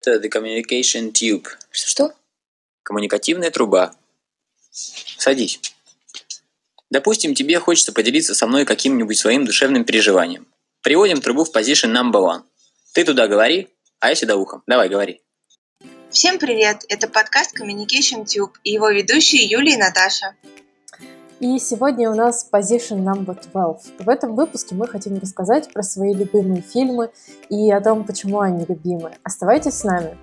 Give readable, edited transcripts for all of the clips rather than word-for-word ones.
The communication tube. Что? Коммуникативная труба. Садись. Допустим, тебе хочется поделиться со мной каким-нибудь своим душевным переживанием. Приводим трубу в position number one. Ты туда говори, а я сюда ухом. Давай, говори. Всем привет! Это подкаст Communication Tube и его ведущие Юлия и Наташа. И сегодня у нас Position Number 12. В этом выпуске мы хотим рассказать про свои любимые фильмы и о том, почему они любимые. Оставайтесь с нами.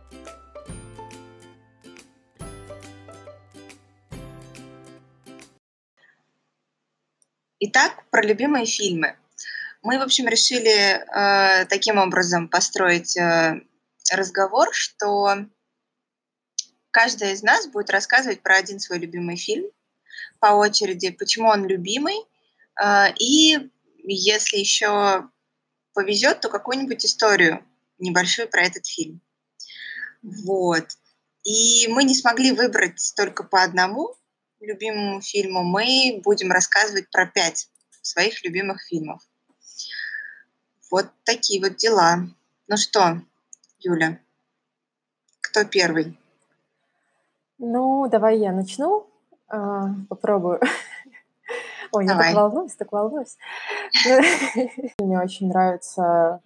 Итак, про любимые фильмы. Мы, в общем, решили таким образом построить разговор, что каждая из нас будет рассказывать про один свой любимый фильм по очереди, почему он любимый, и если еще повезет, то какую-нибудь историю небольшую про этот фильм. Вот. И мы не смогли выбрать только по одному любимому фильму, мы будем рассказывать про 5 своих любимых фильмов. Вот такие вот дела. Ну что, Юля, кто первый? Ну, давай я начну. Попробую. Ой, Давай. Я так волнуюсь. Мне очень нравятся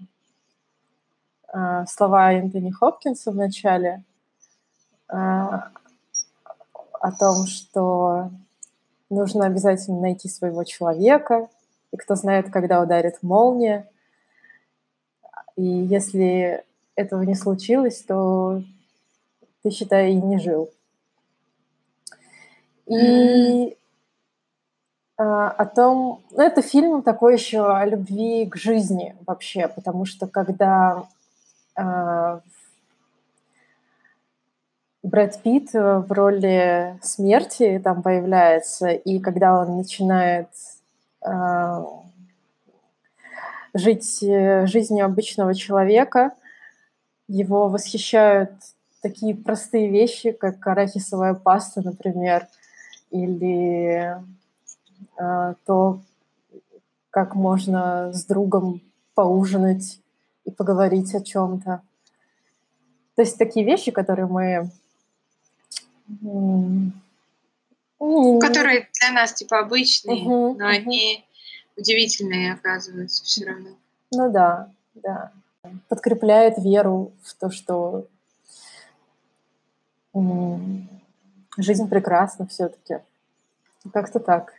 слова Энтони Хопкинса в начале о том, что нужно обязательно найти своего человека, и кто знает, когда ударит молния. И если этого не случилось, то ты, считай, и не жил. И о том... Ну, это фильм такой еще о любви к жизни вообще, потому что когда Брэд Питт в роли смерти там появляется, и когда он начинает жить жизнью обычного человека, его восхищают такие простые вещи, как арахисовая паста, например, или то, как можно с другом поужинать и поговорить о чем-то. То есть такие вещи, которые мы... Которые для нас типа обычные, но они удивительные, оказываются, все равно. Ну да. Подкрепляет веру в то, что жизнь прекрасна все-таки. Как-то так.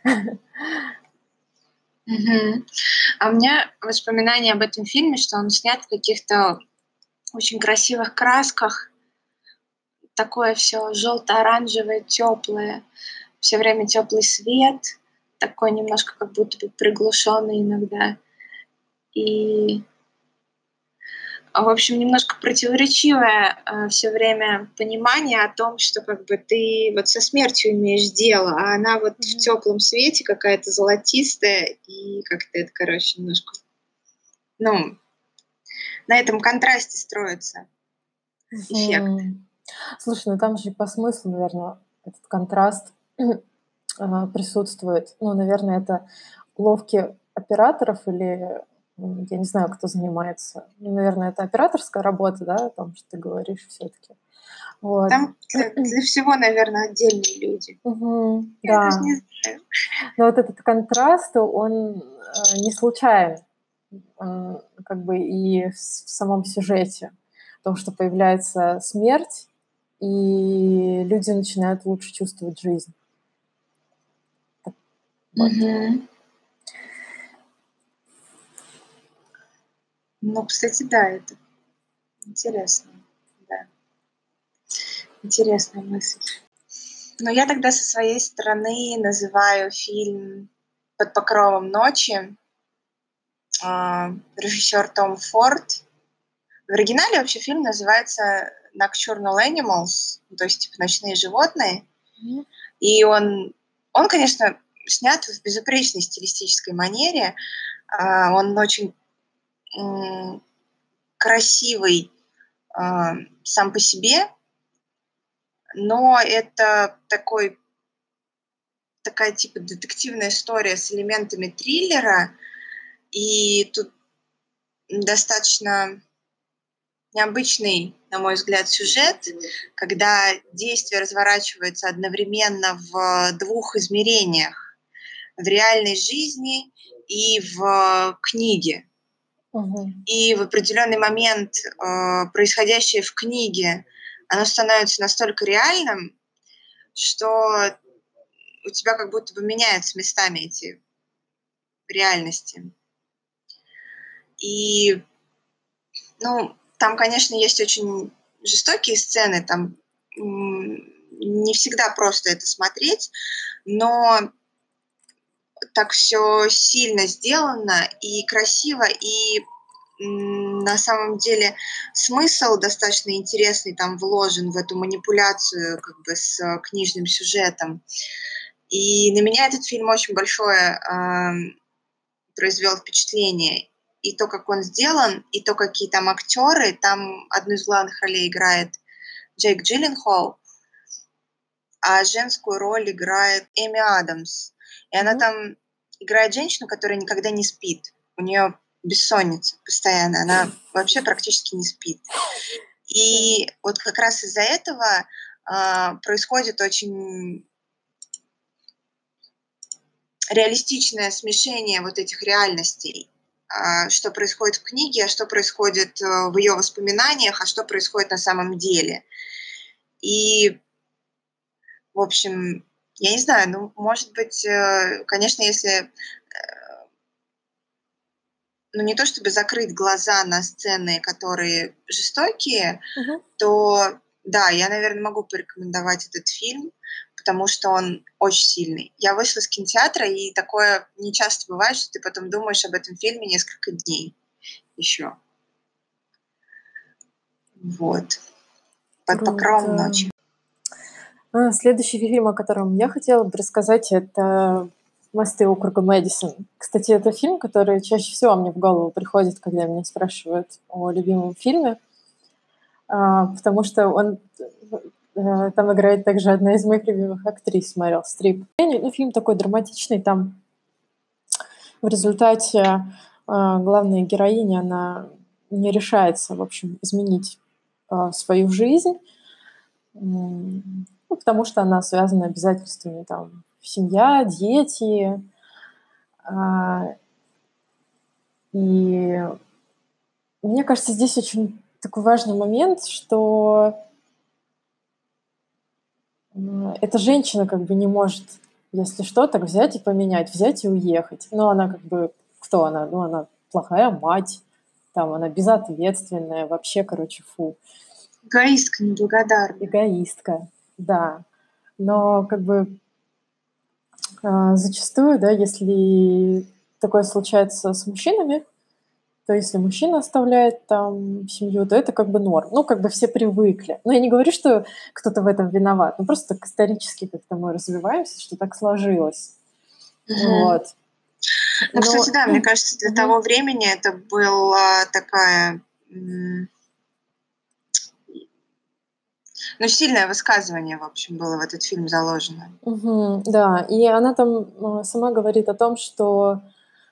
А у меня воспоминания об этом фильме, что он снят в каких-то очень красивых красках. Такое все желто-оранжевое, теплое, все время теплый свет, такой немножко как будто бы приглушенный иногда. И, в общем, немножко противоречивое все время понимание о том, что как бы ты вот со смертью имеешь дело, а она вот в теплом свете какая-то золотистая, и как-то это, короче, немножко, ну, на этом контрасте строится эффект. Слушай, ну там же по смыслу, наверное, этот контраст присутствует. Ну, наверное, это уловки операторов или я не знаю, кто занимается. Ну, наверное, это операторская работа, да, о том, что ты говоришь все-таки. Вот. Там для всего, наверное, отдельные люди. Я Да. даже не знаю. Но вот этот контраст, он не случайен, как бы и в самом сюжете. В том, что появляется смерть, и люди начинают лучше чувствовать жизнь. Вот. Ну, кстати, да, это интересно. Да. Интересная мысль. Но я тогда со своей стороны называю фильм «Под покровом ночи». Режиссер Том Форд. В оригинале вообще фильм называется «Nocturnal Animals», то есть типа «Ночные животные». И он, конечно, снят в безупречной стилистической манере. Он очень красивый сам по себе, но это такая типа детективная история с элементами триллера, и тут достаточно необычный на мой взгляд, сюжет, когда действие разворачивается одновременно в двух измерениях: в реальной жизни и в книге. И в определенный момент происходящее в книге, оно становится настолько реальным, что у тебя как будто бы меняются местами эти реальности. И, ну, там, конечно, есть очень жестокие сцены, там не всегда просто это смотреть, но так все сильно сделано и красиво, и на самом деле смысл достаточно интересный там вложен в эту манипуляцию как бы с книжным сюжетом. И на меня этот фильм очень большое произвел впечатление. И то, как он сделан, и то, какие там актеры. Там одну из главных ролей играет Джейк Джилленхол, а женскую роль играет Эми Адамс. И она там играет женщину, которая никогда не спит. У нее бессонница постоянно, она вообще практически не спит. И вот как раз из-за этого происходит очень реалистичное смешение вот этих реальностей, что происходит в книге, а что происходит в ее воспоминаниях, а что происходит на самом деле. И, в общем, я не знаю, ну, может быть, конечно, если ну, не то чтобы закрыть глаза на сцены, которые жестокие, то да, я, наверное, могу порекомендовать этот фильм, потому что он очень сильный. Я вышла с кинотеатра, и такое не часто бывает, что ты потом думаешь об этом фильме несколько дней еще. Вот. Под покровом ночи. Следующий фильм, о котором я хотела бы рассказать, это «Мосты округа Мэдисон». Кстати, это фильм, который чаще всего мне в голову приходит, когда меня спрашивают о любимом фильме, потому что он там играет также одна из моих любимых актрис, Мэрил Стрип. Ну, фильм такой драматичный, там в результате главная героиня, она не решается, в общем, изменить свою жизнь, ну, потому что она связана обязательствами, там, семья, дети. И мне кажется, здесь очень такой важный момент, что эта женщина как бы не может, если что, так взять и поменять, взять и уехать. Но она как бы, кто она? Ну, она плохая мать, там, она безответственная, вообще, короче, фу. Эгоистка неблагодарная. Эгоистка, да. Но как бы зачастую, да, если такое случается с мужчинами, то если мужчина оставляет там семью, то это как бы норм. Ну, как бы все привыкли. Но я не говорю, что кто-то в этом виноват. Ну, просто так исторически как-то мы развиваемся, что так сложилось. Вот. Ну, кстати, да, мне кажется, для того времени это была такая... Ну, сильное высказывание, в общем, было в этот фильм заложено. Да, и она там сама говорит о том, что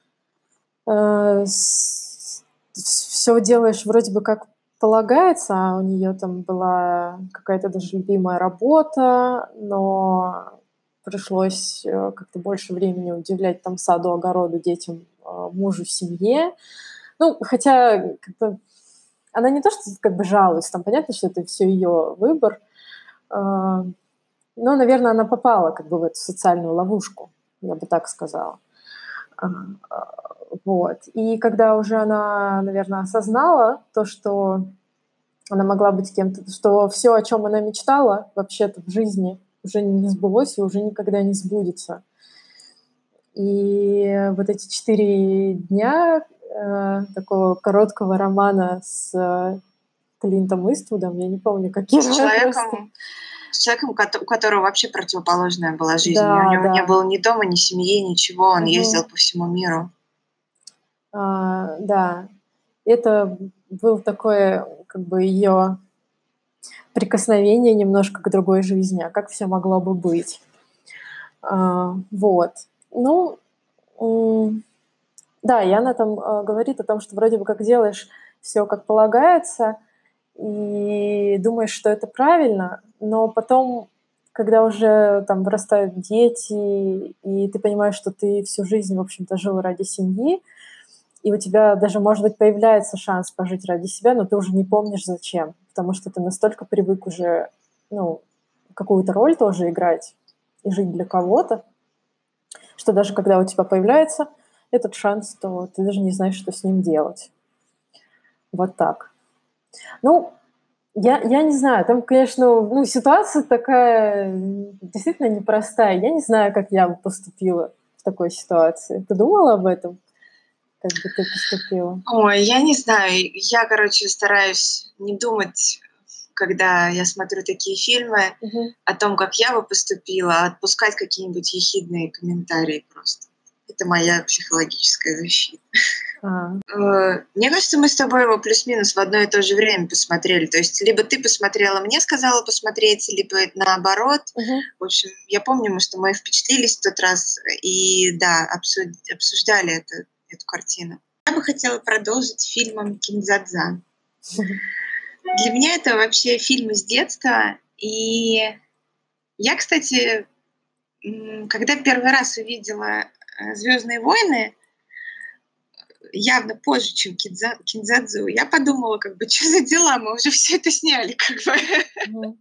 все делаешь вроде бы как полагается, а у нее там была какая-то даже любимая работа, но пришлось как-то больше времени уделять там саду, огороду, детям, мужу, семье. Ну, хотя как-то она не то, что как бы жалуется, там понятно, что это все ее выбор, но, наверное, она попала как бы в эту социальную ловушку, я бы так сказала. Вот. И когда уже она, наверное, осознала то, что она могла быть кем-то, что все, о чем она мечтала вообще-то в жизни, уже не сбылось и уже никогда не сбудется. И вот эти 4 дня такого короткого романа с Клинтом Иствудом, я не помню, какие с человеком, у которого вообще противоположная была жизнь. Да, у него не было ни дома, ни семьи, ничего. Он ездил по всему миру. Да. Это был такое, как бы, ее прикосновение немножко к другой жизни, а как все могло бы быть. Вот. Ну, да, и она там говорит о том, что вроде бы как делаешь все как полагается, и думаешь, что это правильно, но потом, когда уже там вырастают дети, и ты понимаешь, что ты всю жизнь, в общем-то, жил ради семьи, и у тебя даже, может быть, появляется шанс пожить ради себя, но ты уже не помнишь зачем, потому что ты настолько привык уже, ну, какую-то роль тоже играть и жить для кого-то, что даже когда у тебя появляется этот шанс, то ты даже не знаешь, что с ним делать. Вот так. Ну, я не знаю, там, конечно, ну, ситуация такая действительно непростая. Я не знаю, как я бы поступила в такой ситуации. Ты думала об этом? Как бы ты поступила? Ой, я не знаю. Я, короче, стараюсь не думать, когда я смотрю такие фильмы, о том, как я бы поступила, а отпускать какие-нибудь ехидные комментарии просто. Это моя психологическая защита. Мне кажется, мы с тобой его плюс-минус в одно и то же время посмотрели. То есть либо ты посмотрела, мне сказала посмотреть, либо наоборот. В общем, я помню, что мы впечатлились в тот раз и, да, обсуждали эту картину. Я бы хотела продолжить фильмом «Кинзадза». Для меня это вообще фильм из детства. И я, кстати, когда первый раз увидела «Звездные войны», явно позже, чем Кинзадзу, я подумала, как бы, что за дела, мы уже все это сняли, как бы.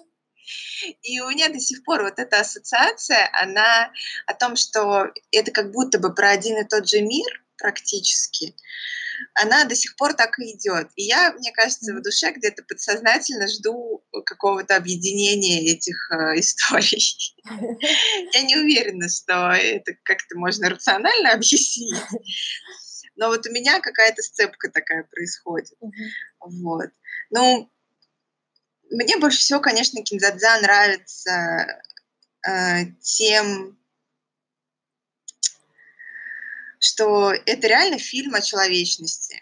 И у меня до сих пор вот эта ассоциация, она о том, что это как будто бы про один и тот же мир практически, она до сих пор так и идет. И я, мне кажется, в душе где-то подсознательно жду какого-то объединения этих историй. Я не уверена, что это как-то можно рационально объяснить. Но вот у меня какая-то сцепка такая происходит. Вот. Ну, мне больше всего, конечно, Кинзадза нравится тем, что это реально фильм о человечности.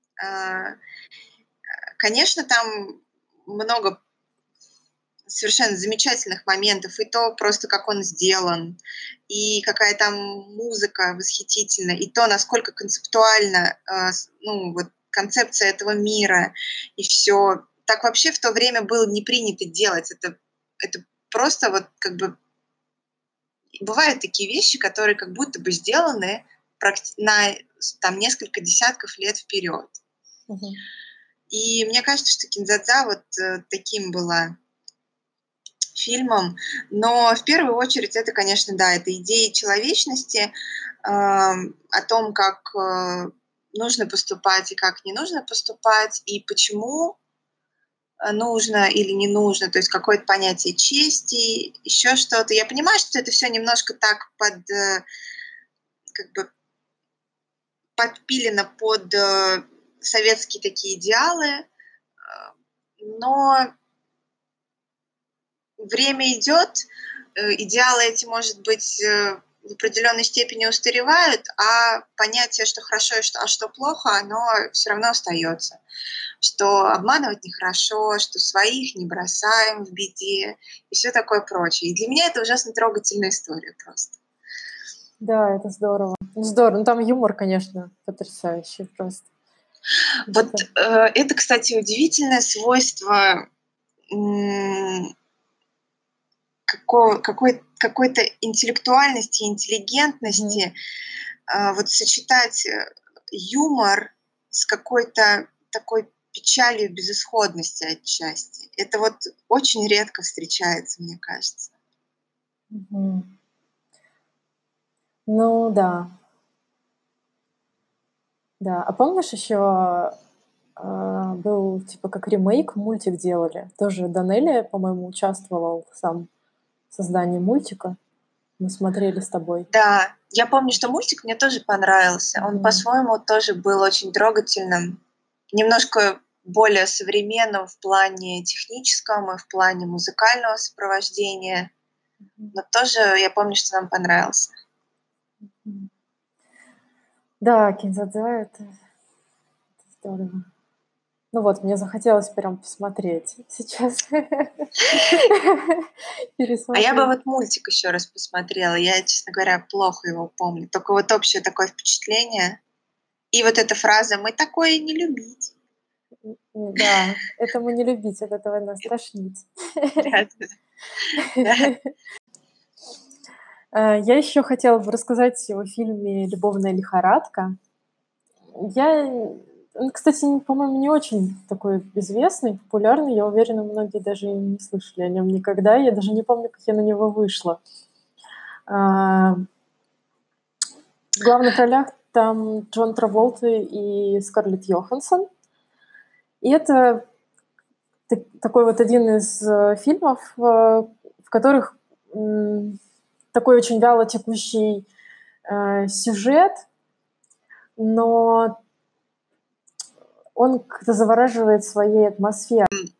Конечно, там много совершенно замечательных моментов, и то просто как он сделан, и какая там музыка восхитительная, и то, насколько концептуально, ну, вот концепция этого мира, и все. Так вообще в то время было не принято делать. Это просто вот как бы... Бывают такие вещи, которые как будто бы сделаны на там, несколько десятков лет вперед. И мне кажется, что «Кинзадза» вот таким была фильмом, но в первую очередь это, конечно, да, это идеи человечности, о том, как нужно поступать и как не нужно поступать, и почему нужно или не нужно, то есть какое-то понятие чести, еще что-то. Я понимаю, что это все немножко так как бы подпилено под советские такие идеалы, но время идет, идеалы эти, может быть, в определенной степени устаревают, а понятие, что хорошо и что плохо, оно все равно остается. Что обманывать нехорошо, что своих не бросаем в беде и все такое прочее. И для меня это ужасно трогательная история просто. Да, это здорово. Здорово. Ну, там юмор, конечно, потрясающий просто. Вот это, кстати, удивительное свойство какой-то интеллектуальности, интеллигентности, вот сочетать юмор с какой-то такой печалью безысходности отчасти. Это вот очень редко встречается, мне кажется. Ну да. Да. А помнишь еще был типа как ремейк, мультик делали? Тоже Данелия, по-моему, участвовал сам в создании мультика. Мы смотрели с тобой. Да, я помню, что мультик мне тоже понравился. Он по-своему тоже был очень трогательным. Немножко более современным в плане техническом и в плане музыкального сопровождения. Но тоже я помню, что нам понравился. Да, Кинзадза — это здорово. Ну вот, мне захотелось прям посмотреть сейчас. А я бы вот мультик еще раз посмотрела. Я, честно говоря, плохо его помню. Только вот общее такое впечатление. И вот эта фраза «мы такое не любить». Да, этому не любить, от этого нас тошнить. Я еще хотела бы рассказать о фильме «Любовная лихорадка». Он, кстати, по-моему, не очень такой известный, популярный. Я уверена, многие даже и не слышали о нем никогда. Я даже не помню, как я на него вышла. В главных ролях там Джон Траволта и Скарлетт Йоханссон. И это такой вот один из фильмов, в которых такой очень вяло текущий сюжет, но он как-то завораживает своей атмосферой.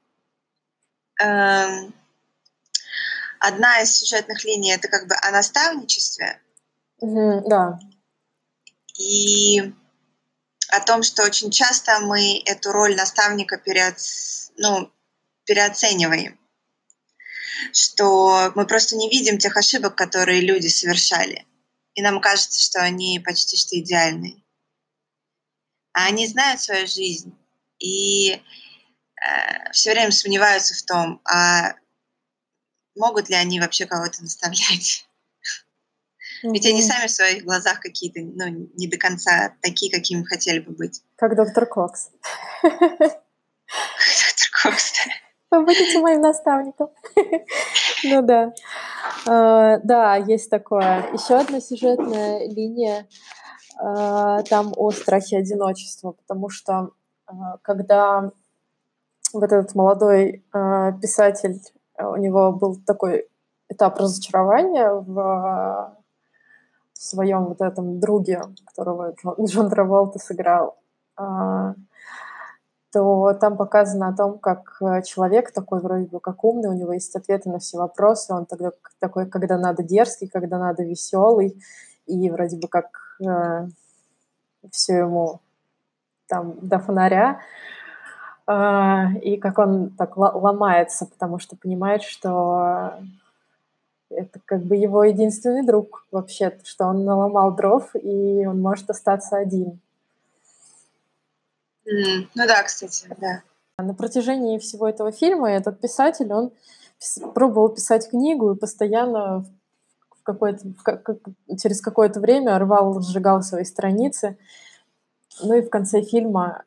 Одна из сюжетных линий — это как бы о наставничестве. Да. И о том, что очень часто мы эту роль наставника переоцениваем. Что мы просто не видим тех ошибок, которые люди совершали. И нам кажется, что они почти что идеальные. А они знают свою жизнь и все время сомневаются в том, а могут ли они вообще кого-то наставлять. Ведь они сами в своих глазах какие-то, не до конца такие, какими хотели бы быть. Как доктор Кокс. Доктор Кокс. Вы будете моим наставником. Ну да. Да, есть такое. Еще одна сюжетная линия там о страхе одиночества, потому что когда вот этот молодой писатель, у него был такой этап разочарования в своем вот этом друге, которого Джон Траволта сыграл, то там показано о том, как человек такой вроде бы как умный, у него есть ответы на все вопросы, он тогда такой, когда надо дерзкий, когда надо веселый, и вроде бы как все ему там до фонаря, и как он так ломается, потому что понимает, что это как бы его единственный друг вообще, что он наломал дров, и он может остаться один. Ну да, кстати, да. На протяжении всего этого фильма этот писатель, он пробовал писать книгу и постоянно через какое-то время рвал, сжигал свои страницы. Ну и в конце фильма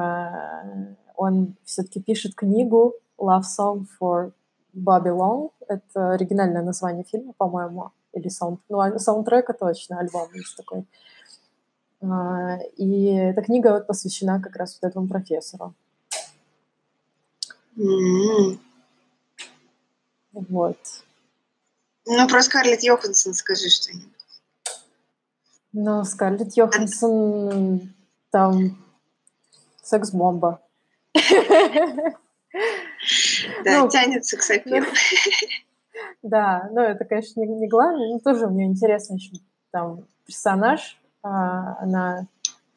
он все-таки пишет книгу «Love Song for Bobby Long». Это оригинальное название фильма, по-моему, или саундтрека точно, альбом есть такой. И эта книга вот посвящена как раз вот этому профессору. Вот. Ну, про Скарлетт Йоханссон скажи что-нибудь. Ну, Скарлетт Йоханссон там секс-бомба. Да, тянет сексапил. Да, но это, конечно, не главное, но тоже мне интересно еще там персонаж. Она,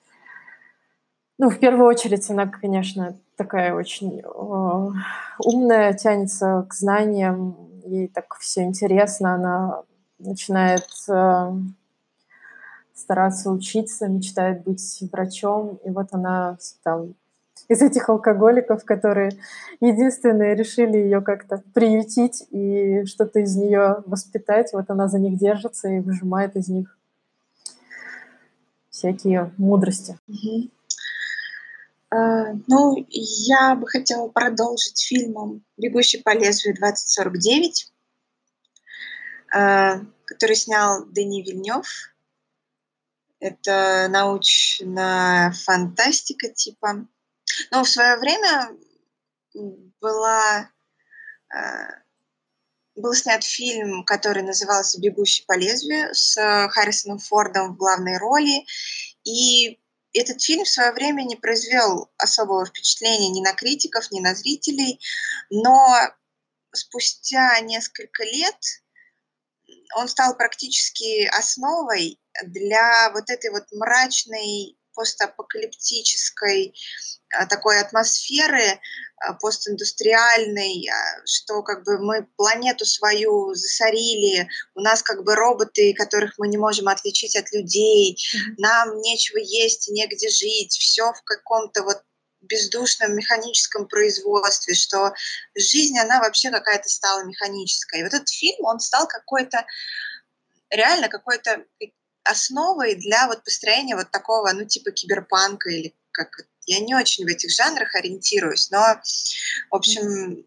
в первую очередь, она, конечно, такая очень умная, тянется к знаниям, ей так все интересно, она начинает стараться учиться, мечтает быть врачом, и вот она там из этих алкоголиков, которые единственные решили ее как-то приютить и что-то из нее воспитать, вот она за них держится и выжимает из них всякие мудрости. Ну, я бы хотела продолжить фильмом «Бегущий по лезвию 2049», который снял Дени Вильнёв. Это научная фантастика типа. Но в свое время был снят фильм, который назывался «Бегущий по лезвию» с Харрисоном Фордом в главной роли. И этот фильм в свое время не произвел особого впечатления ни на критиков, ни на зрителей. Но спустя несколько лет он стал практически основой для вот этой вот мрачной постапокалиптической такой атмосферы постиндустриальной, что как бы мы планету свою засорили, у нас как бы роботы, которых мы не можем отличить от людей, нам нечего есть и негде жить, все в каком-то вот бездушном механическом производстве, что жизнь, она вообще какая-то стала механической. И вот этот фильм, он стал реально какой-то основой для вот построения вот такого, ну, типа киберпанка или как... Я не очень в этих жанрах ориентируюсь, но, в общем,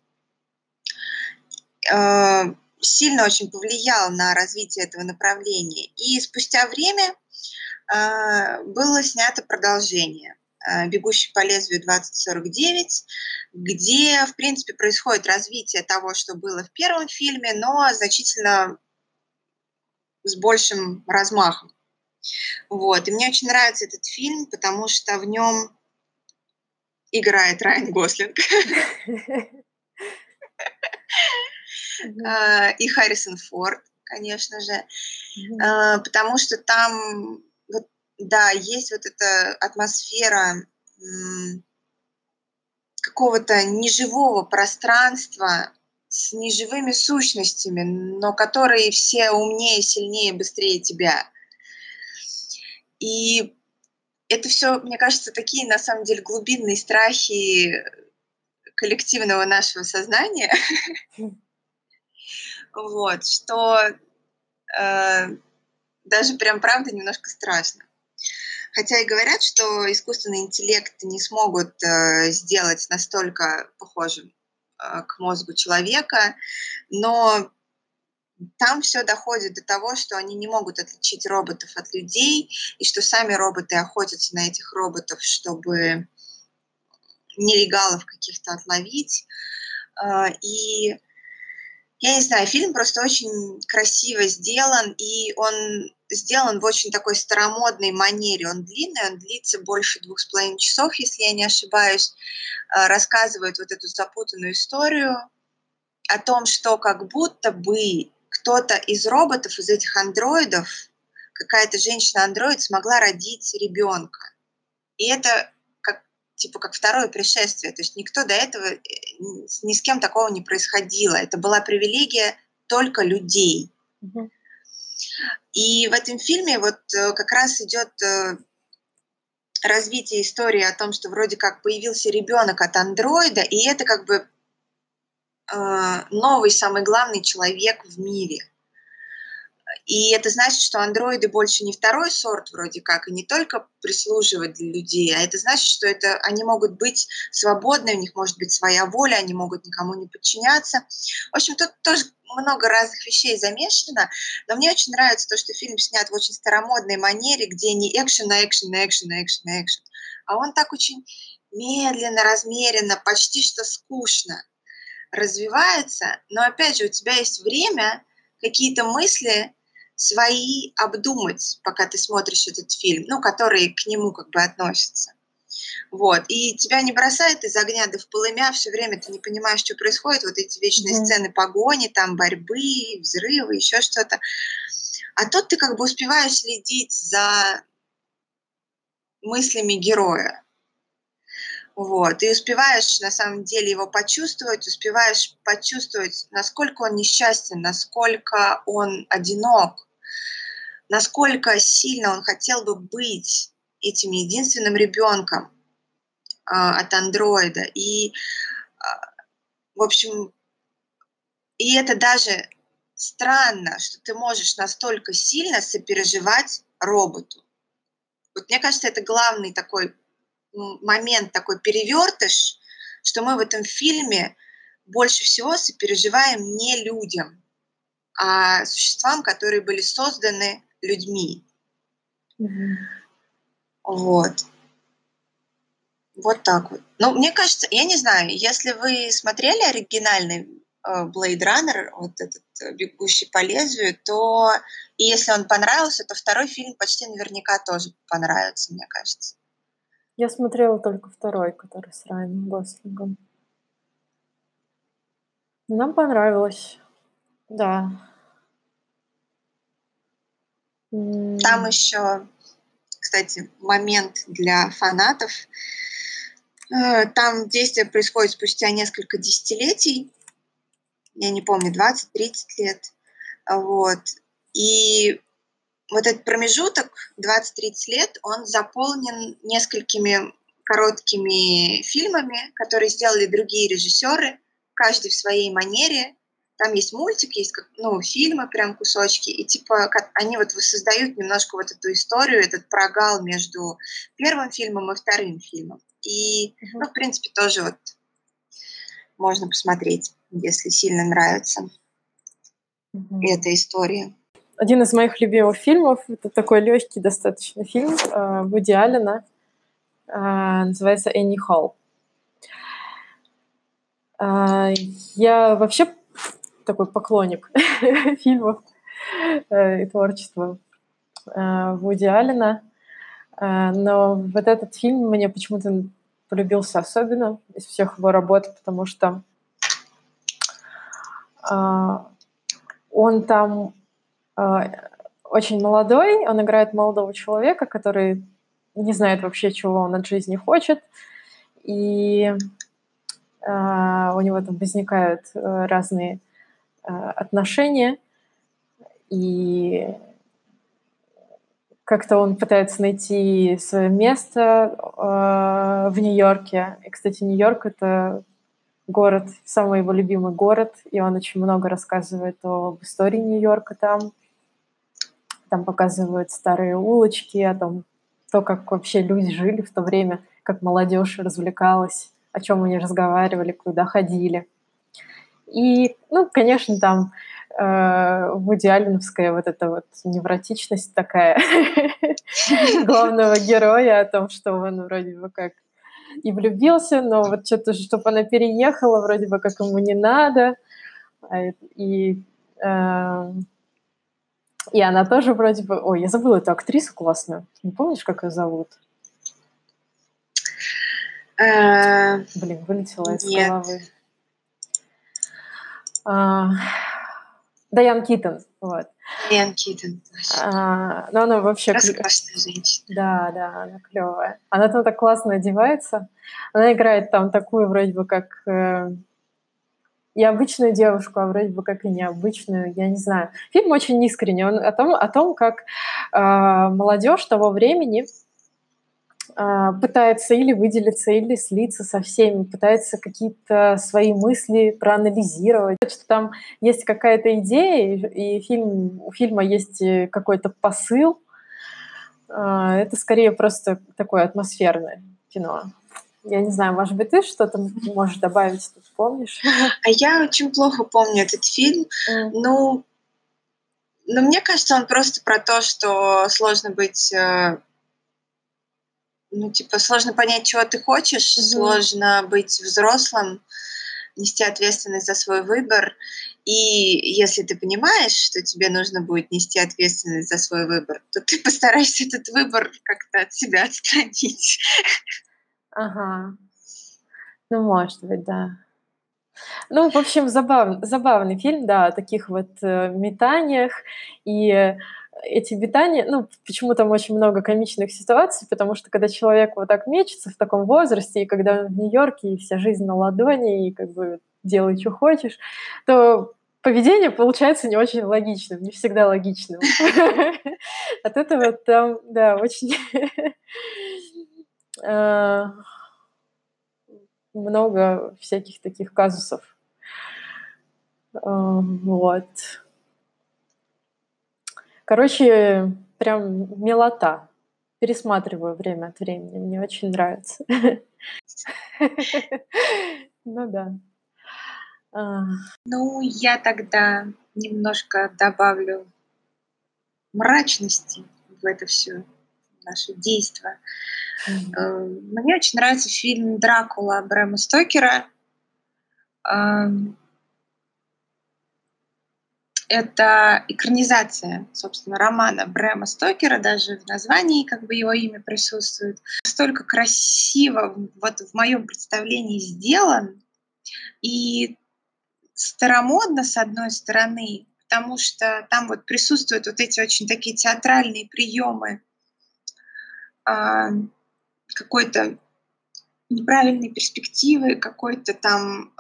сильно очень повлиял на развитие этого направления. И спустя время было снято продолжение «Бегущий по лезвию 2049», где, в принципе, происходит развитие того, что было в первом фильме, но значительно с большим размахом. Вот. И мне очень нравится этот фильм, потому что в нем играет Райан Гослинг и Харрисон Форд, конечно же, потому что там, вот, да, есть вот эта атмосфера какого-то неживого пространства с неживыми сущностями, но которые все умнее, сильнее, быстрее тебя. И это все, мне кажется, такие, на самом деле, глубинные страхи коллективного нашего сознания, вот, что даже прям правда немножко страшно. Хотя и говорят, что искусственный интеллект не смогут сделать настолько похожим к мозгу человека, но там все доходит до того, что они не могут отличить роботов от людей, и что сами роботы охотятся на этих роботов, чтобы нелегалов каких-то отловить. И я не знаю, фильм просто очень красиво сделан, и он сделан в очень такой старомодной манере. Он длинный, он длится больше 2,5 часов, если я не ошибаюсь. Рассказывает вот эту запутанную историю о том, что как будто бы кто-то из роботов, из этих андроидов, какая-то женщина-андроид смогла родить ребенка. И это типа как второе пришествие. То есть никто до этого, ни с кем такого не происходило. Это была привилегия только людей. И в этом фильме вот как раз идет развитие истории о том, что вроде как появился ребенок от андроида, и это как бы новый, самый главный человек в мире. И это значит, что андроиды больше не второй сорт вроде как, и не только прислуживать для людей, а это значит, что они могут быть свободны, у них может быть своя воля, они могут никому не подчиняться. В общем, тут тоже много разных вещей замешано, но мне очень нравится то, что фильм снят в очень старомодной манере, где не экшен на экшен, на экшен, на экшен, на экшен, а он так очень медленно, размеренно, почти что скучно развивается, но опять же у тебя есть время какие-то мысли свои обдумать, пока ты смотришь этот фильм, ну, которые к нему как бы относятся. Вот. И тебя не бросает из огня до в полымя, все время ты не понимаешь, что происходит, вот эти вечные сцены погони, там борьбы, взрывы, еще что-то. А тут ты как бы успеваешь следить за мыслями героя. Вот. И успеваешь, на самом деле, его почувствовать, успеваешь почувствовать, насколько он несчастен, насколько он одинок, насколько сильно он хотел бы быть этим единственным ребенком от андроида. И, в общем, и это даже странно, что ты можешь настолько сильно сопереживать роботу. Вот мне кажется, это главный такой момент, такой перевертыш, что мы в этом фильме больше всего сопереживаем не людям, а существам, которые были созданы людьми. Вот. Вот так вот. Ну, мне кажется, я не знаю, если вы смотрели оригинальный Blade Runner, вот этот «Бегущий по лезвию», то и если он понравился, то второй фильм почти наверняка тоже понравится, мне кажется. Я смотрела только второй, который с Райаном Гослингом. Нам понравилось, да. Там еще, кстати, момент для фанатов. Там действие происходит спустя несколько десятилетий, я не помню, 20-30 лет. Вот. И вот этот промежуток, 20-30 лет, он заполнен несколькими короткими фильмами, которые сделали другие режиссеры, каждый в своей манере. Там есть мультик, есть фильмы, прям кусочки, и типа они вот воссоздают немножко вот эту историю, этот прогал между первым фильмом и вторым фильмом. И, в принципе, тоже вот можно посмотреть, если сильно нравится эта история. Один из моих любимых фильмов, это такой легкий достаточно фильм Вуди Аллена, называется «Энни Холл». Я вообще такой поклонник фильмов и творчества Вуди Аллена, но вот этот фильм мне почему-то полюбился особенно из всех его работ, потому что он там очень молодой, он играет молодого человека, который не знает вообще, чего он от жизни хочет, и у него там возникают разные отношения, и как-то он пытается найти свое место в Нью-Йорке. И, кстати, Нью-Йорк — это город, самый его любимый город, и он очень много рассказывает об истории Нью-Йорка там. Там показывают старые улочки, о том, как вообще люди жили в то время, как молодежь развлекалась, о чем они разговаривали, куда ходили. И, конечно, там Вуди Алленовская вот эта вот невротичность такая главного героя, о том, что он вроде бы как и влюбился, но вот что-то, чтобы она переехала, вроде бы как ему не надо. И она тоже вроде бы... Ой, я забыла эту актрису классную. Не помнишь, как ее зовут? Блин, вылетела из головы. Дайан Китон. Вот. Дайан Китон. Но она вообще... Роскошная женщина. Да, она клевая. Она там так классно одевается. Она играет там такую вроде бы как... и обычную девушку, а вроде бы как и необычную, я не знаю. Фильм очень искренний, он о том, как молодежь того времени пытается или выделиться, или слиться со всеми, пытается какие-то свои мысли проанализировать. Что там есть какая-то идея, и у фильма есть какой-то посыл. Это скорее просто такое атмосферное кино. Я не знаю, может быть, ты что-то можешь добавить, ты помнишь? А я очень плохо помню этот фильм. Но мне кажется, он просто про то, что сложно быть... сложно понять, чего ты хочешь, сложно быть взрослым, нести ответственность за свой выбор. И если ты понимаешь, что тебе нужно будет нести ответственность за свой выбор, то ты постарайся этот выбор как-то от себя отстранить. Ага. Может быть, да. В общем, забавный фильм, да, о таких вот метаниях. И эти метания, почему там очень много комичных ситуаций, потому что когда человек вот так мечется в таком возрасте, и когда он в Нью-Йорке, и вся жизнь на ладони, и как бы делай, что хочешь, то поведение получается не очень логичным, не всегда логичным. От этого там, да, очень много всяких таких казусов. Вот. Короче, прям милота. Пересматриваю время от времени. Мне очень нравится. Да. Я тогда немножко добавлю мрачности в это все наше действо. Мне очень нравится фильм «Дракула» Брэма Стокера. Это экранизация, собственно, романа Брэма Стокера, даже в названии как бы его имя присутствует. Настолько красиво вот в моем представлении сделан и старомодно, с одной стороны, потому что там вот присутствуют вот эти очень такие театральные приемы какой-то неправильной перспективы, какой-то там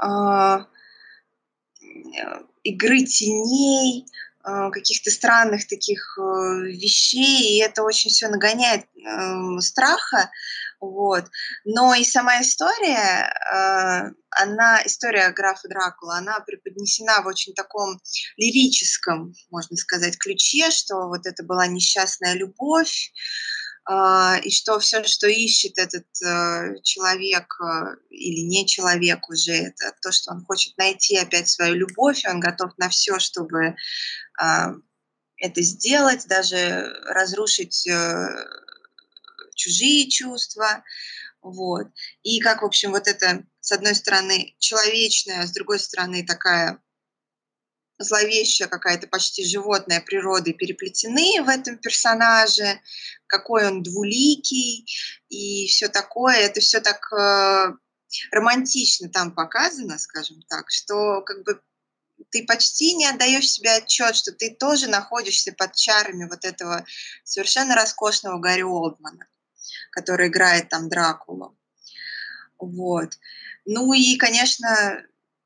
игры теней, каких-то странных таких вещей, и это очень все нагоняет страха, Вот. Но и сама история, история графа Дракула, она преподнесена в очень таком лирическом, можно сказать, ключе, что вот это была несчастная любовь, и что все, что ищет этот человек или не человек уже, это то, что он хочет найти опять свою любовь, и он готов на все, чтобы а, это сделать, даже разрушить чужие чувства, вот. И как, в общем, вот это, с одной стороны, человечная, с другой стороны, такая зловещая какая-то почти животная природа переплетены в этом персонаже, какой он двуликий и все такое. Это все так романтично там показано, скажем так, что как бы ты почти не отдаешь себе отчет, что ты тоже находишься под чарами вот этого совершенно роскошного Гарри Олдмана, который играет там Дракулу. Вот. Ну и, конечно,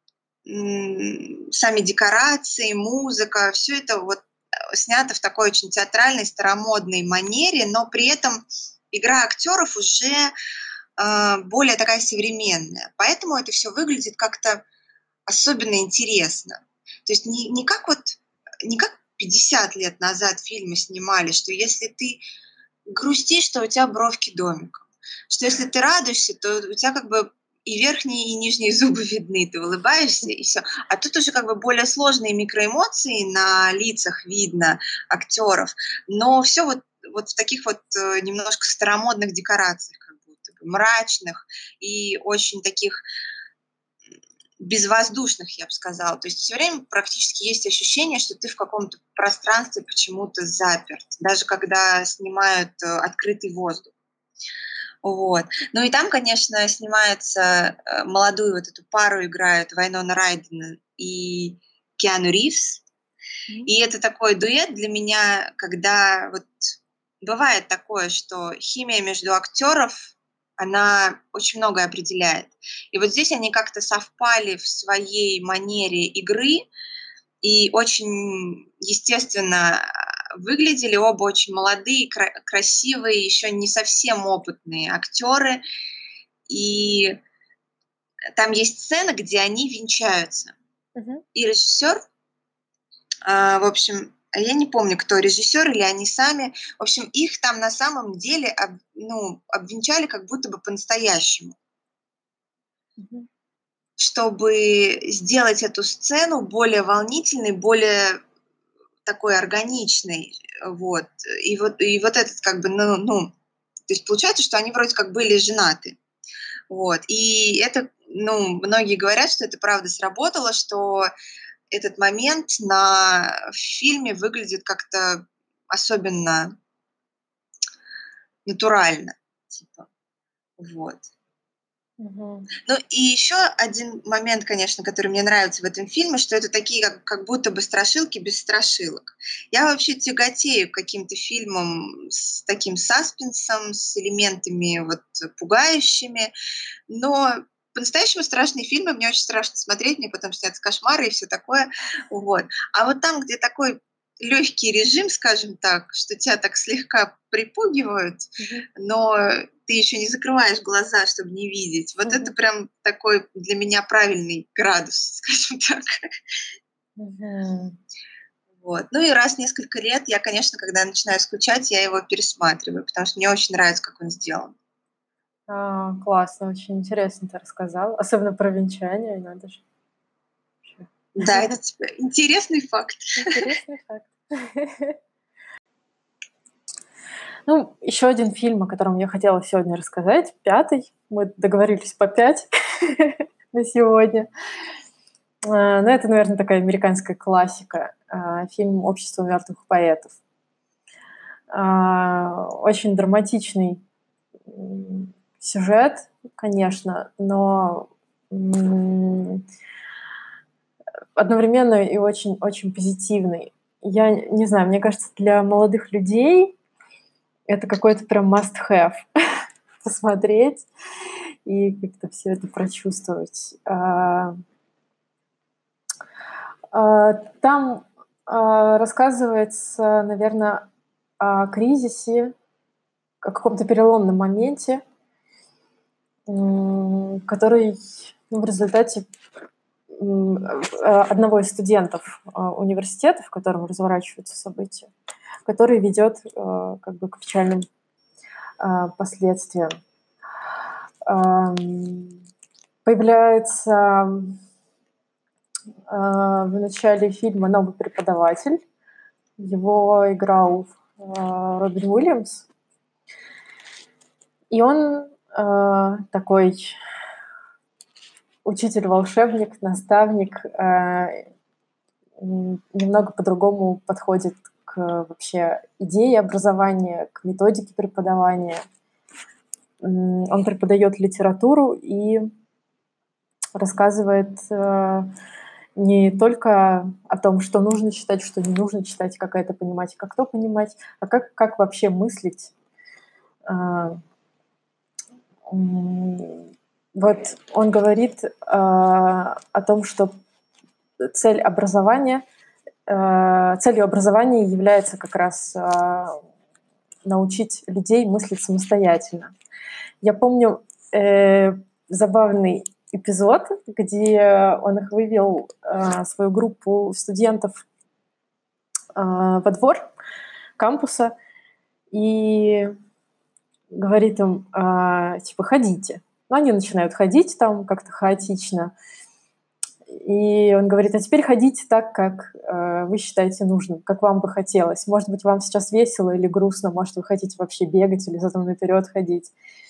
сами декорации, музыка, все это вот снято в такой очень театральной, старомодной манере, но при этом игра актеров уже более такая современная. Поэтому это все выглядит как-то особенно интересно. То есть не как 50 лет назад фильмы снимали, что если ты грустишь, то у тебя бровки домиком. Что если ты радуешься, то у тебя как бы и верхние, и нижние зубы видны, ты улыбаешься, и все. А тут уже как бы более сложные микроэмоции на лицах видно актеров, но все вот в таких вот немножко старомодных декорациях, как будто бы, мрачных и очень таких безвоздушных, я бы сказала. То есть все время практически есть ощущение, что ты в каком-то пространстве почему-то заперт, даже когда снимают открытый воздух. Вот. Ну и там, конечно, снимается молодую вот эту пару играют Вайнона Райден и Киану Ривз. И это такой дуэт для меня, когда вот бывает такое, что химия между актеров, она очень многое определяет. И вот здесь они как-то совпали в своей манере игры и очень естественно выглядели, оба очень молодые, красивые, еще не совсем опытные актеры. И там есть сцена, где они венчаются. И режиссер, в общем, я не помню, кто режиссер или они сами. В общем, их там на самом деле обвенчали как будто бы по-настоящему, чтобы сделать эту сцену более волнительной, более такой органичной. Вот. И вот этот как бы, то есть получается, что они вроде как были женаты. Вот. И это, многие говорят, что это правда сработало, что этот момент в фильме выглядит как-то особенно натурально. Типа. Вот. Ну и еще один момент, конечно, который мне нравится в этом фильме, что это такие как будто бы страшилки без страшилок. Я вообще тяготею к каким-то фильмам с таким саспенсом, с элементами вот пугающими, но по-настоящему страшные фильмы мне очень страшно смотреть, мне потом снятся кошмары и все такое. Вот. А вот там, где такой легкий режим, скажем так, что тебя так слегка припугивают, но ты еще не закрываешь глаза, чтобы не видеть. Вот это прям такой для меня правильный градус, скажем так. Вот. Ну и раз в несколько лет я, конечно, когда начинаю скучать, я его пересматриваю, потому что мне очень нравится, как он сделан. Классно, очень интересно ты рассказала. Особенно про венчание, надо же. Да, это интересный факт. Интересный факт. Ну, еще один фильм, о котором я хотела сегодня рассказать, 5-й. Мы договорились по 5 на сегодня. Но это, наверное, такая американская классика. Фильм «Общество мертвых поэтов». Очень драматичный сюжет, конечно, но одновременно и очень-очень позитивный. Я не знаю, мне кажется, для молодых людей это какой-то прям must-have посмотреть и как-то все это прочувствовать. Там рассказывается, наверное, о кризисе, о каком-то переломном моменте который в результате одного из студентов университета, в котором разворачиваются события, который ведет как бы к печальным последствиям. Появляется в начале фильма новый преподаватель. Его играл Робин Уильямс. И он такой учитель-волшебник, наставник, немного по-другому подходит к вообще идее образования, к методике преподавания. Он преподает литературу и рассказывает не только о том, что нужно читать, что не нужно читать, как это понимать, как то понимать, а как вообще мыслить. Вот он говорит о том, что целью образования является как раз научить людей мыслить самостоятельно. Я помню забавный эпизод, где он их вывел, свою группу студентов, во двор кампуса и говорит им, типа, ходите. Ну, они начинают ходить там как-то хаотично. И он говорит, а теперь ходите так, как вы считаете нужным, как вам бы хотелось. Может быть, вам сейчас весело или грустно, может, вы хотите вообще бегать или задом наперед ходить.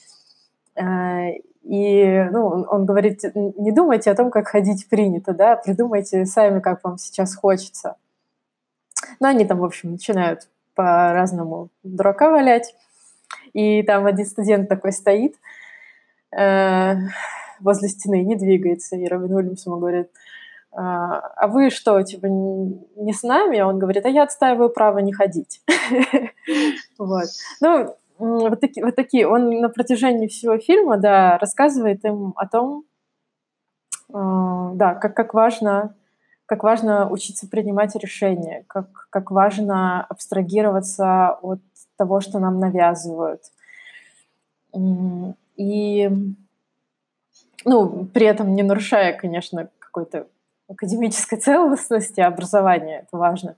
И он говорит, не думайте о том, как ходить принято, да, придумайте сами, как вам сейчас хочется. Ну, они там, в общем, начинают по-разному дурака валять. И там один студент такой стоит возле стены, не двигается. И Робин Уильямс ему говорит, а вы что, типа, не с нами? А он говорит, а я отстаиваю право не ходить. Вот. Ну, вот такие. Он на протяжении всего фильма, да, рассказывает им о том, да, как важно учиться принимать решения, как важно абстрагироваться от того, что нам навязывают. И, при этом не нарушая, конечно, какой-то академической целостности образования, это важно.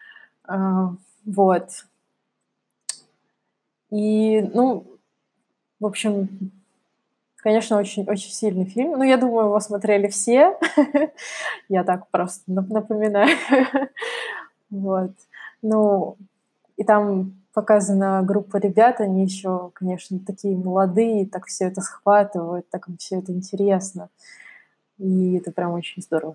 Вот. И, в общем, конечно, очень сильный фильм. Я думаю, его смотрели все. Я так просто напоминаю. Вот. И там показана группа ребят, они еще, конечно, такие молодые, так все это схватывают, так им все это интересно. И это прям очень здорово.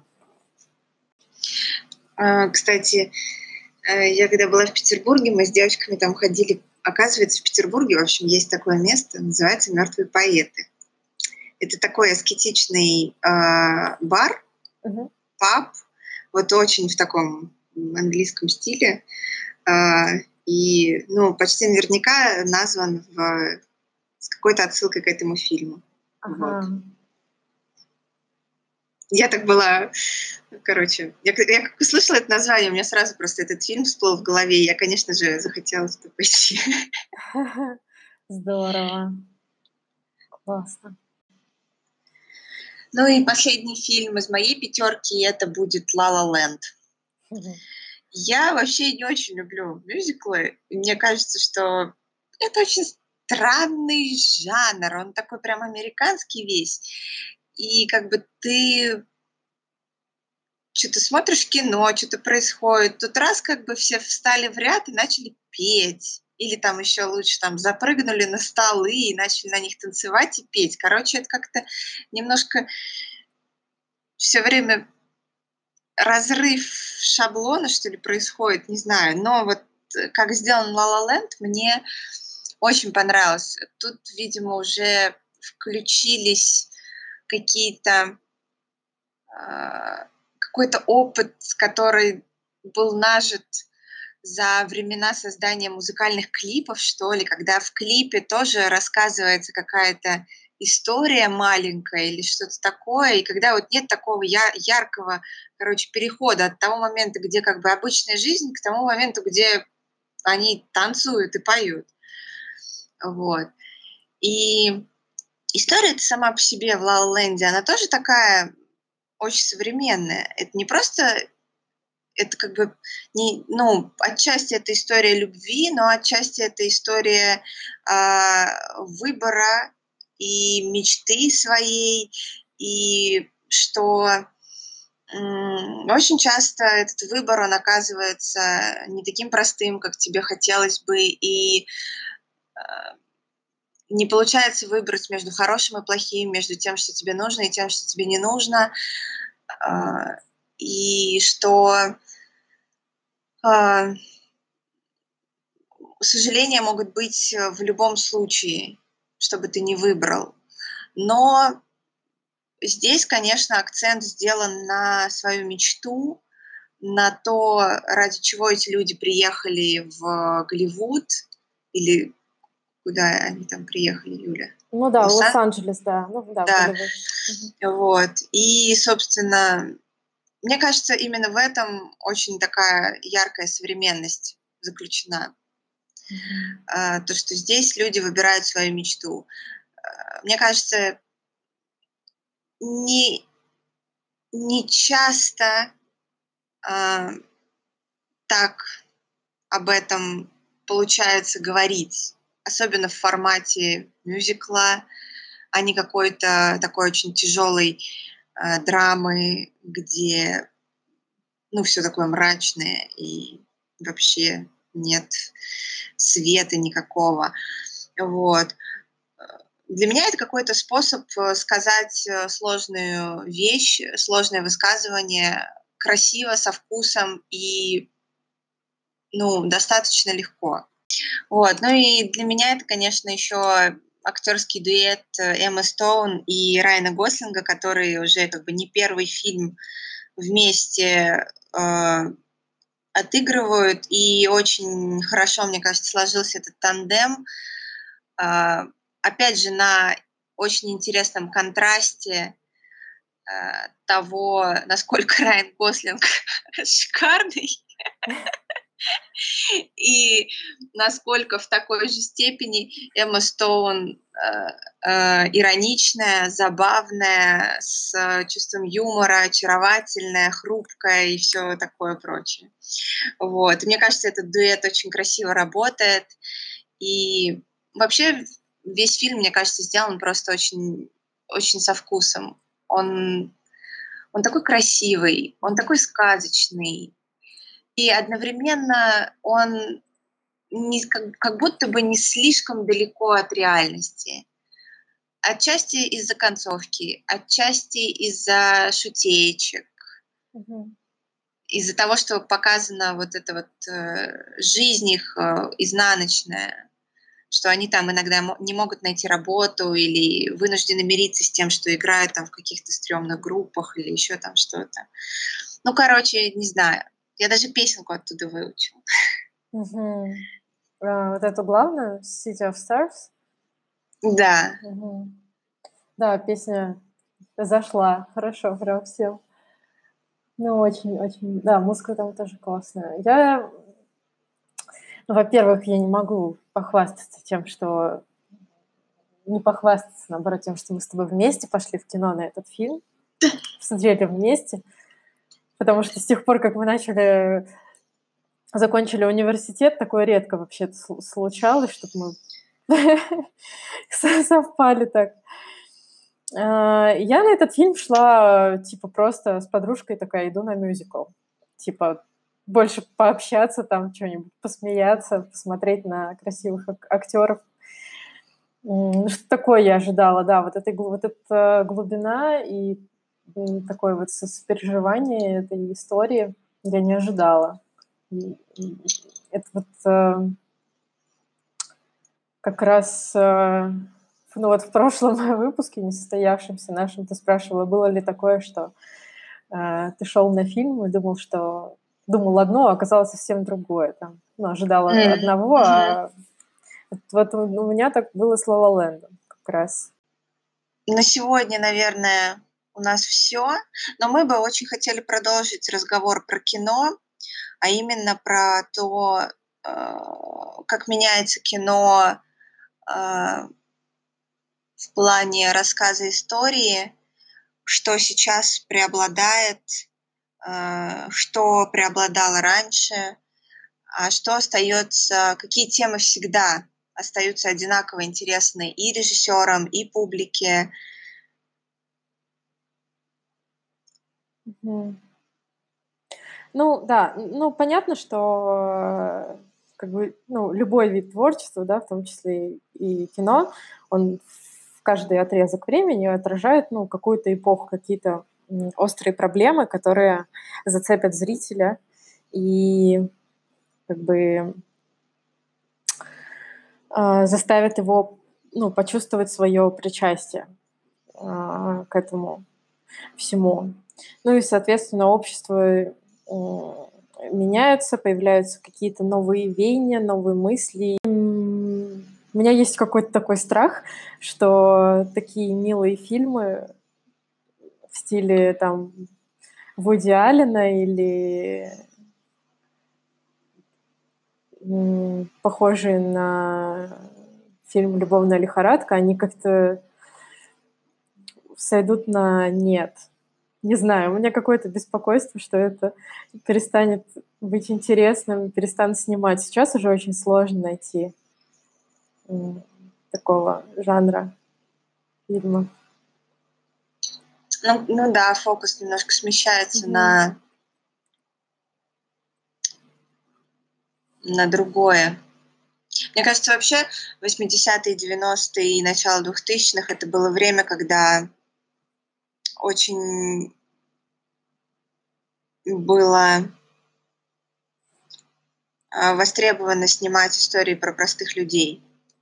Кстати, я когда была в Петербурге, мы с девочками там ходили. Оказывается, в Петербурге, в общем, есть такое место, называется «Мертвые поэты». Это такой аскетичный бар, паб, вот очень в таком английском стиле. И, почти наверняка назван с какой-то отсылкой к этому фильму. Ага. Вот. Я так была... Короче, я как услышала это название, у меня сразу просто этот фильм всплыл в голове, и я, конечно же, захотела туда пойти. Здорово. Классно. И последний фильм из моей пятерки — это будет «Ла Ла Ленд». Я вообще не очень люблю мюзиклы. Мне кажется, что это очень странный жанр. Он такой прям американский весь. И как бы ты что-то смотришь кино, что-то происходит. Тут раз как бы все встали в ряд и начали петь. Или там еще лучше там запрыгнули на столы и начали на них танцевать и петь. Короче, это как-то немножко все время разрыв шаблона, что ли, происходит, не знаю. Но вот как сделан «Ла Ла Ленд», мне очень понравилось. Тут, видимо, уже включились какие-то какой-то опыт, который был нажит за времена создания музыкальных клипов, что ли, когда в клипе тоже рассказывается какая-то история маленькая или что-то такое, и когда вот нет такого яркого, перехода от того момента, где как бы обычная жизнь, к тому моменту, где они танцуют и поют. Вот. И история-то сама по себе в «Ла Ла Ленде», она тоже такая очень современная. Это не просто, это как бы, не, ну, отчасти это история любви, но отчасти это история выбора и мечты своей, и что очень часто этот выбор, он оказывается не таким простым, как тебе хотелось бы, и не получается выбрать между хорошим и плохим, между тем, что тебе нужно, и тем, что тебе не нужно. И что сожаления могут быть в любом случае, что бы ты ни выбрал. Но здесь, конечно, акцент сделан на свою мечту, на то, ради чего эти люди приехали в Голливуд, или куда они там приехали, Юля? Ну да, Лос-Анджелес, да. Ну да, да. Голливуд. Вот. И, собственно, мне кажется, именно в этом очень такая яркая современность заключена. То, что здесь люди выбирают свою мечту. Мне кажется, не часто так об этом получается говорить, особенно в формате мюзикла, а не какой-то такой очень тяжелой драмы, где, ну, все такое мрачное и вообще нет света никакого. Вот. Для меня это какой-то способ сказать сложную вещь, сложное высказывание красиво, со вкусом и, ну, достаточно легко. Вот. Ну и для меня это, конечно, еще актерский дуэт Эммы Стоун и Райана Гослинга, который уже как бы не первый фильм вместе отыгрывают, и очень хорошо, мне кажется, сложился этот тандем. Опять же, на очень интересном контрасте того, насколько Райан Гослинг шикарный, и насколько в такой же степени Эмма Стоун ироничная, забавная, с чувством юмора, очаровательная, хрупкая и все такое прочее. Вот. И мне кажется, этот дуэт очень красиво работает. И вообще весь фильм, мне кажется, сделан просто очень, очень со вкусом. Он такой красивый, он такой сказочный. И одновременно он как будто бы не слишком далеко от реальности. Отчасти из-за концовки, отчасти из-за шутеечек, из-за того, что показана вот эта вот жизнь их изнаночная, что они там иногда не могут найти работу или вынуждены мириться с тем, что играют там в каких-то стрёмных группах или еще там что-то. Ну, короче, не знаю. Я даже песенку оттуда выучила. Вот эту главную, City of Stars? Да. Да, песня зашла хорошо прям всем. Ну, очень-очень... Да, музыка там тоже классная. Ну, во-первых, я не могу похвастаться тем, что... Не похвастаться, наоборот, тем, что мы с тобой вместе пошли в кино на этот фильм. Посмотрели вместе. Потому что с тех пор, как мы закончили университет, такое редко вообще случалось, чтобы мы совпали так. Я на этот фильм шла, типа, просто с подружкой такая, иду на мюзикл. Типа, больше пообщаться там, что-нибудь посмеяться, посмотреть на красивых актеров. Что такое я ожидала, да, вот эта глубина и такое вот сопереживание этой истории я не ожидала. И это вот как раз... Ну вот в прошлом выпуске, несостоявшемся нашем, ты спрашивала, было ли такое, что ты шел на фильм и думал одно, а оказалось совсем другое. Там, ну, ожидала одного, а вот у меня так было с «Ла Ла Лэндом» как раз. На сегодня, наверное, у нас все, но мы бы очень хотели продолжить разговор про кино, а именно про то, как меняется кино в плане рассказа истории, что сейчас преобладает, что преобладало раньше, а что остается, какие темы всегда остаются одинаково интересны и режиссерам, и публике. Ну, да, ну, понятно, что как бы, ну, любой вид творчества, да, в том числе и кино, он в каждый отрезок времени отражает, ну, какую-то эпоху, какие-то острые проблемы, которые зацепят зрителя и как бы заставят его, ну, почувствовать свое причастие к этому всему. Ну и, соответственно, общество меняется, появляются какие-то новые веяния, новые мысли. У меня есть какой-то такой страх, что такие милые фильмы в стиле там Вуди Аллена или похожие на фильм «Любовная лихорадка», они как-то сойдут на нет. Не знаю, у меня какое-то беспокойство, что это перестанет быть интересным, перестанут снимать. Сейчас уже очень сложно найти такого жанра фильма. Ну да, фокус немножко смещается на другое. Мне кажется, вообще 80-е, 90-е и начало 2000-х это было время, когда очень было востребовано снимать истории про простых людей.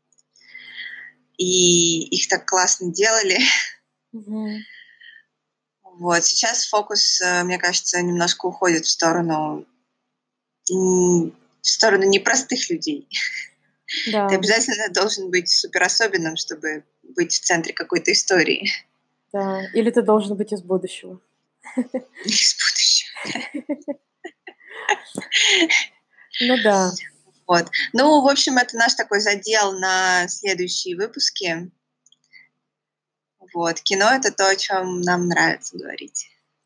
И их так классно делали. Вот. Сейчас фокус, мне кажется, немножко уходит в сторону непростых людей. Да. Ты обязательно должен быть супер особенным, чтобы быть в центре какой-то истории. Да. Или ты должен быть из будущего. Из будущего. Ну да. Вот. Ну, в общем, это наш такой задел на следующие выпуски. Вот. Кино — это то, о чем нам нравится говорить.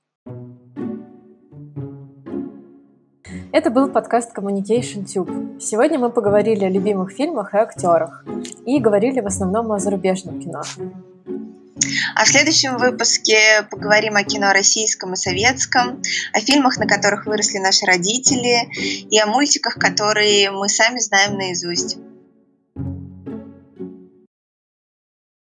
Это был подкаст Communication Tube. Сегодня мы поговорили о любимых фильмах и актерах. И говорили в основном о зарубежном кино. А в следующем выпуске поговорим о кино российском и советском, о фильмах, на которых выросли наши родители, и о мультиках, которые мы сами знаем наизусть.